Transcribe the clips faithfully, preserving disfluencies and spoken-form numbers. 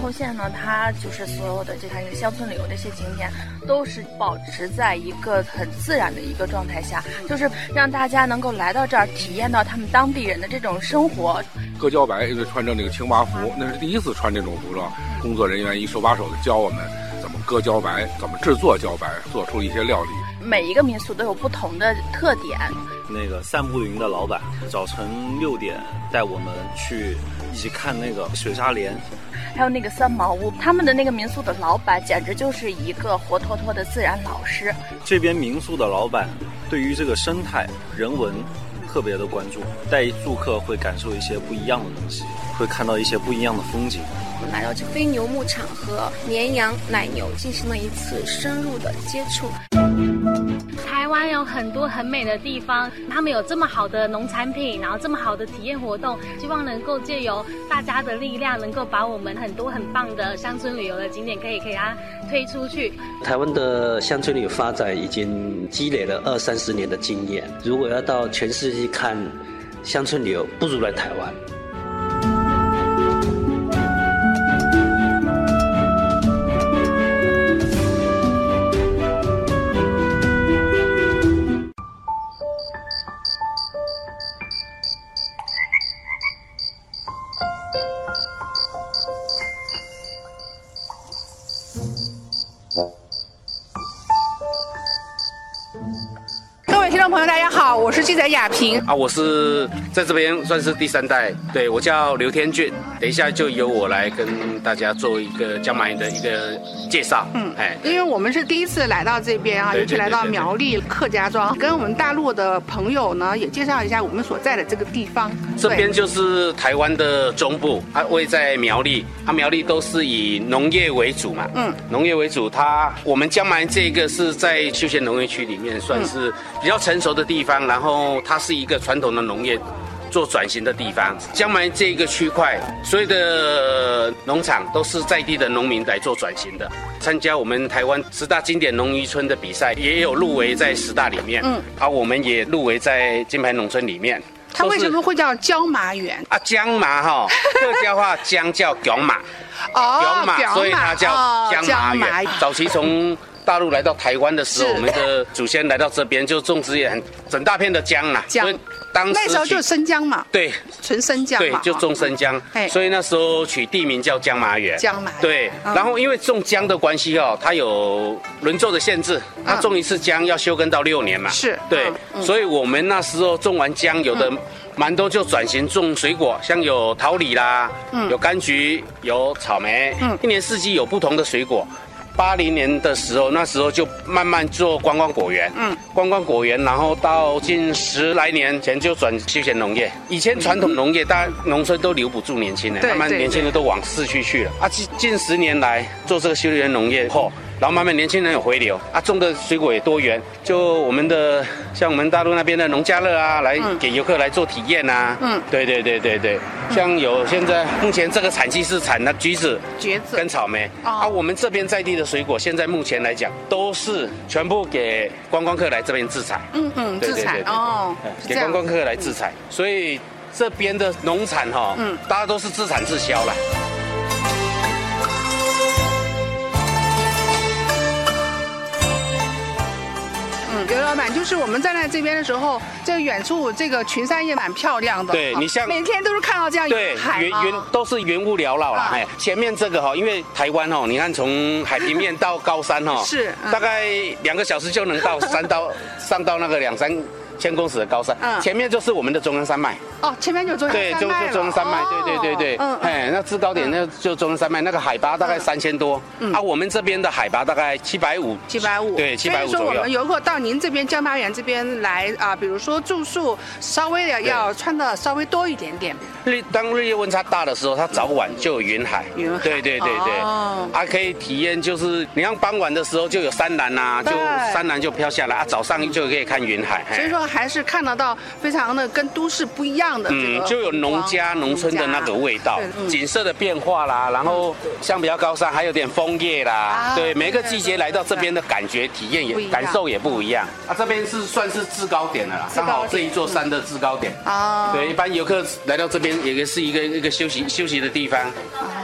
后县呢，它就是所有的这它乡村旅游这些景点，都是保持在一个很自然的一个状态下，就是让大家能够来到这儿，体验到他们当地人的这种生活。 割茭白是穿着那个青蛙服，那是第一次穿这种服装，工作人员一手把手的教我们怎么割茭白，怎么制作茭白，做出一些料理。 每一个民宿都有不同的特点。 那个散步云的老板早晨六点带我们去一起看那个水沙莲， 还有那个三毛屋，他们的那个民宿的老板简直就是一个活脱脱的自然老师。 这边民宿的老板对于这个生态人文特别的关注，带住客会感受一些不一样的东西，会看到一些不一样的风景。 我们来到这飞牛牧场和绵羊奶牛进行了一次深入的接触。 台湾有很多很美的地方，他们有这么好的农产品，然后这么好的体验活动，希望能够借由大家的力量，能够把我们很多很棒的乡村旅游的景点可以给它推出去。 台湾的乡村旅游发展已经积累了二三十年的经验，如果要到全世界看乡村旅游，不如来台湾。 各位听众朋友大家好，我是记者雅萍啊，我是在这边算是第三代，对，我叫刘天俊，等一下就由我来跟大家做一个江马云的一个介绍。 嗯，哎，因为我们是第一次来到这边啊，尤其来到苗栗客家庄，跟我们大陆的朋友呢也介绍一下我们所在的这个地方。 这边就是台湾的中部，它位在苗栗，啊，苗栗都是以农业为主嘛，嗯，农业为主，它我们江马云这个是在休闲农业区里面算是比较成熟的地方，然后它是一个传统的农业做转型的地方。江马这个区块，所有的农场都是在地的农民来做转型的。参加我们台湾十大经典农渔村的比赛，也有入围在十大里面。嗯，啊，我们也入围在金牌农村里面。 它为什么会叫姜麻园啊？姜麻哈，客家话姜叫姜麻， 哦， 姜麻，所以它叫姜麻园。早期从大陆来到台湾的时候，我们的祖先来到这边就种植也很整大片的姜啦， 所以当时那时候就生姜嘛， 对， 纯生姜嘛， 对，就种生姜，所以那时候取地名叫姜麻园。 姜麻， 对，然后因为种姜的关系哦，它有轮作的限制，它种一次姜要休耕到六年嘛， 是， 对，所以我们那时候种完姜，有的蛮多就转型种水果，像有桃李啦，有柑橘，有草莓，一年四季有不同的水果。八零年的时候，那时候就慢慢做观光果园，嗯，观光果园，然后到近十来年前就转休闲农业。以前传统农业，大家农村都留不住年轻人，慢慢年轻人都往市区去了。啊，近近十年来做这个休闲农业后，然后慢慢年轻人有回流，啊，种的水果也多元。就我们的像我们大陆那边的农家乐啊，来给游客来做体验啊，嗯，对对对对对，像有现在目前这个产季是产的橘子、 橘子跟草莓，啊，我们这边在地的水果，现在目前来讲都是全部给观光客来这边自采， 嗯嗯，自采哦， 给观光客来自采，所以这边的农产哈，嗯，大家都是自产自销啦。 刘老板，就是我们站在这边的时候，这个远处这个群山也蛮漂亮的。 对，你像每天都是看到这样对云云都是云雾缭绕啦。哎，前面这个哈，因为台湾哦，你看从海平面到高山哈， 是大概两个小时就能到山到上到那个两三千公尺的高山。嗯，前面就是我们的中央山脉。 哦，前面就中央山脉。 对，就就中央山脉，对对对对。嗯，哎，那制高点那就中央山脉，那个海拔大概三千多。嗯，啊，我们这边的海拔大概七百五。 七百五。 对，七百五左右。 所以说我们游客到您这边姜麻园这边来啊，比如说住宿，稍微的要穿的稍微多一点点。 日当日夜温差大的时候，它早晚就有云海。云海。对对对对。哦。啊，可以体验就是你像傍晚的时候就有山岚呐，就山岚就飘下来啊，早上就可以看云海。 所以说还是看得到非常的跟都市不一样的。 嗯，就有农家农村的那个味道，景色的变化啦，然后像比较高山还有点枫叶啦，对，每个季节来到这边的感觉体验也感受也不一样。啊，这边是算是制高点的啦，刚好这一座山的制高点。哦，对，一般游客来到这边也是一个一个休息休息的地方。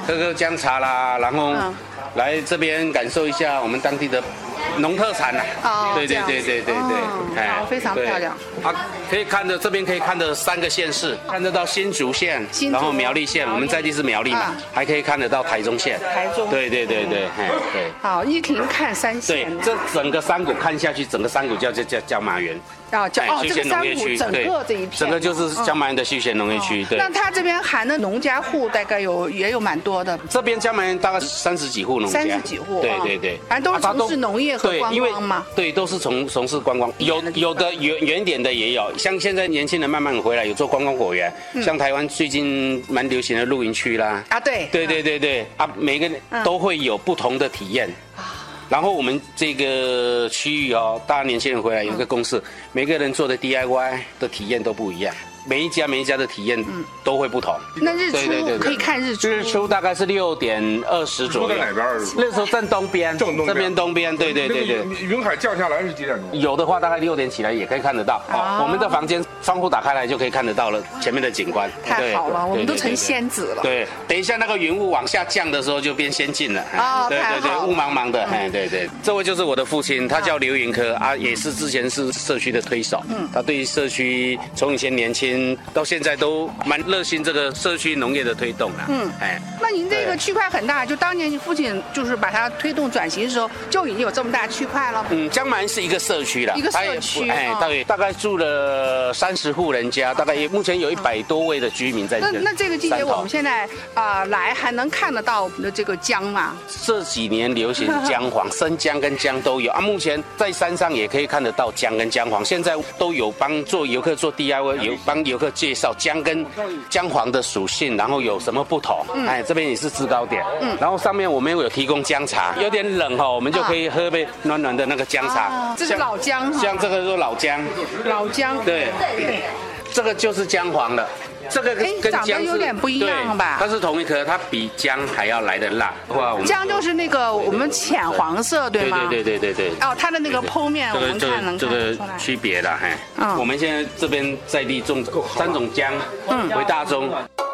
喝喝姜茶啦，然后来这边感受一下我们当地的农特产啦。 哦， 对对对对对对， 哎，好，非常漂亮。 啊，可以看着这边可以看着三个县市，看得到新竹县，然后苗栗县，我们在地是苗栗嘛，还可以看得到台中县。 台中。 对对对对，哎对。 好，一庭看三县。 对，这整个山谷看下去，整个山谷叫叫叫叫马园。 啊，叫哦，这个山谷整个这一片， 整个就是江马园的休闲农业区。对。 那它这边含的农家户大概有也有蛮多的。 这边江马园大概三十几户农家。 三十几户。 对对对。 反正都是从事农业和观光嘛。 对，都是从从事观光，有有的远远点的也有，像现在年轻人慢慢回来，有做观光果园，像台湾最近蛮流行的露营区啦。 啊，对。 对对对对啊，每个人都会有不同的体验。然后我们这个区域哦，大家年轻人回来有个公式，每个人做的 D I Y 的体验都不一样。每一家每一家的体验都会不同。 那日出可以看日出， 日出大概是六点二十左右。 在哪边？ 那时候正东边， 正东边这边东边，对对对对。 云海降下来是几点钟？ 有的话大概六点起来也可以看得到。哦，我们的房间窗户打开来就可以看得到了前面的景观。 太好了，我们都成仙子了。 对，等一下那个云雾往下降的时候就变仙境了。 哦， 对对对，雾茫茫的，哎对对。这位就是我的父亲，他叫刘云科啊，也是之前是社区的推手。嗯，他对社区从以前年轻到现在。都蛮热心这个社区农业的推动啦。 嗯，哎，那您这个区块很大，就当年你父亲就是把它推动转型的时候，就已经有这么大区块了。 嗯，江马园是一个社区了， 一个社区， 哎，对，大概住了三十户人家，大概也目前有一百多位的居民在这个。 那那这个季节我们现在啊来还能看得到我们的这个姜吗？ 这几年流行姜黄，生姜跟姜都有啊。目前在山上也可以看得到姜跟姜黄，现在都有帮做游客做 D I Y， 有帮游客介绍。姜跟姜黄的属性，然后有什么不同？嗯、哎，这边也是制高点。嗯，然后上面我们有提供姜茶，有点冷哈，我们就可以喝杯暖暖的那个姜茶。 啊、这是老姜哈。 像这个是老姜。 老姜。 对。对。这个就是姜黄了。这个跟姜有点不一样吧？ 它是同一颗，它比姜还要来的辣。 哇，姜就是那个我们浅黄色，对吗？ 对对对对对。 哦，它的那个剖面我们看能看出来区别了，嘿。嗯。我们现在这边在地种三种姜，嗯，为大宗。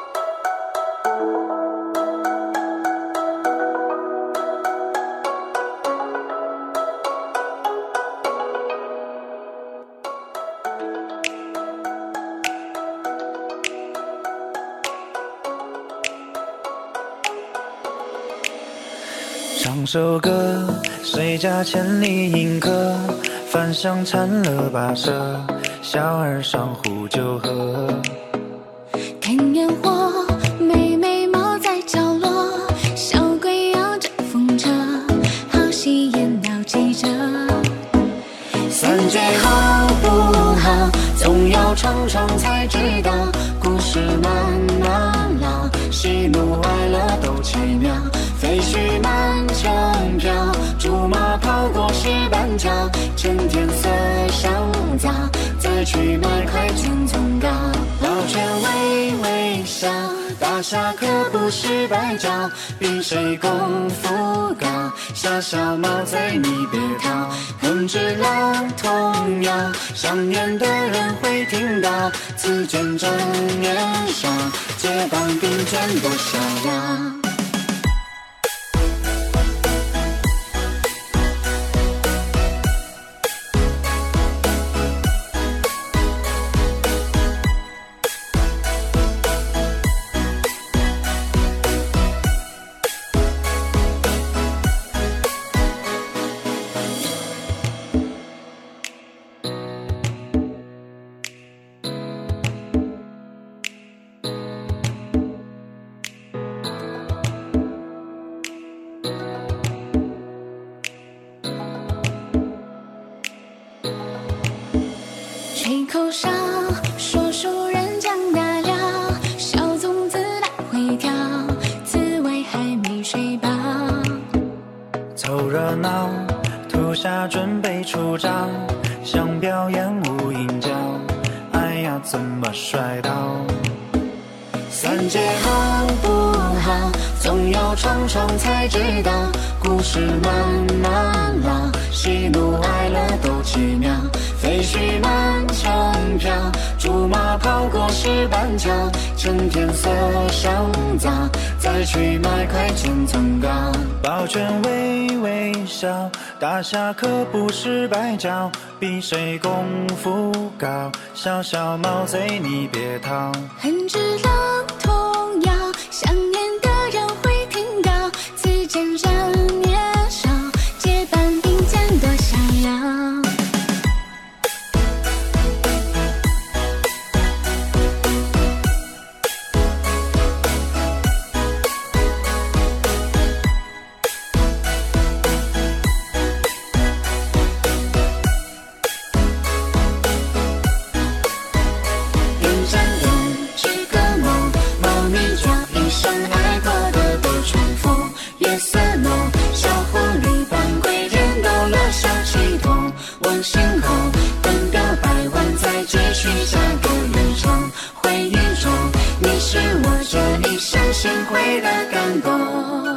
唱首歌，谁家千里迎客，饭香馋了跋涉，小儿上壶酒喝。 看烟火，妹妹猫在角落，小鬼摇着风车，好戏演到记者。三句好不好，总要闯闯才知道，故事慢慢老，喜怒哀乐都奇妙。废墟满城飘，竹马跑过石板桥，趁天色尚早，再去买块卷葱糕。老犬微微笑，大侠可不是白找，比谁功夫高，小小猫贼你别逃。哼着老童谣，上面的人会听到，此卷正年少，结伴并肩多逍遥。吹口哨，说书人讲大料，小粽子来回跳，滋味还没睡饱。 凑热闹，土下准备出招，想表演无影脚，哎呀怎么摔倒？ 三界好不好，总要闯闯才知道，故事慢慢老，喜怒哀乐都奇妙。 飞絮满城飘，竹马跑过石板桥，趁天色尚早，再去买块千层糕。抱拳微微笑，大侠可不是白教，比谁功夫高，小小毛贼你别逃。 恨之郎童谣，想念的人会听到，此间人年少，结伴并肩多逍遥。回忆中，你是我这一生心会的感动。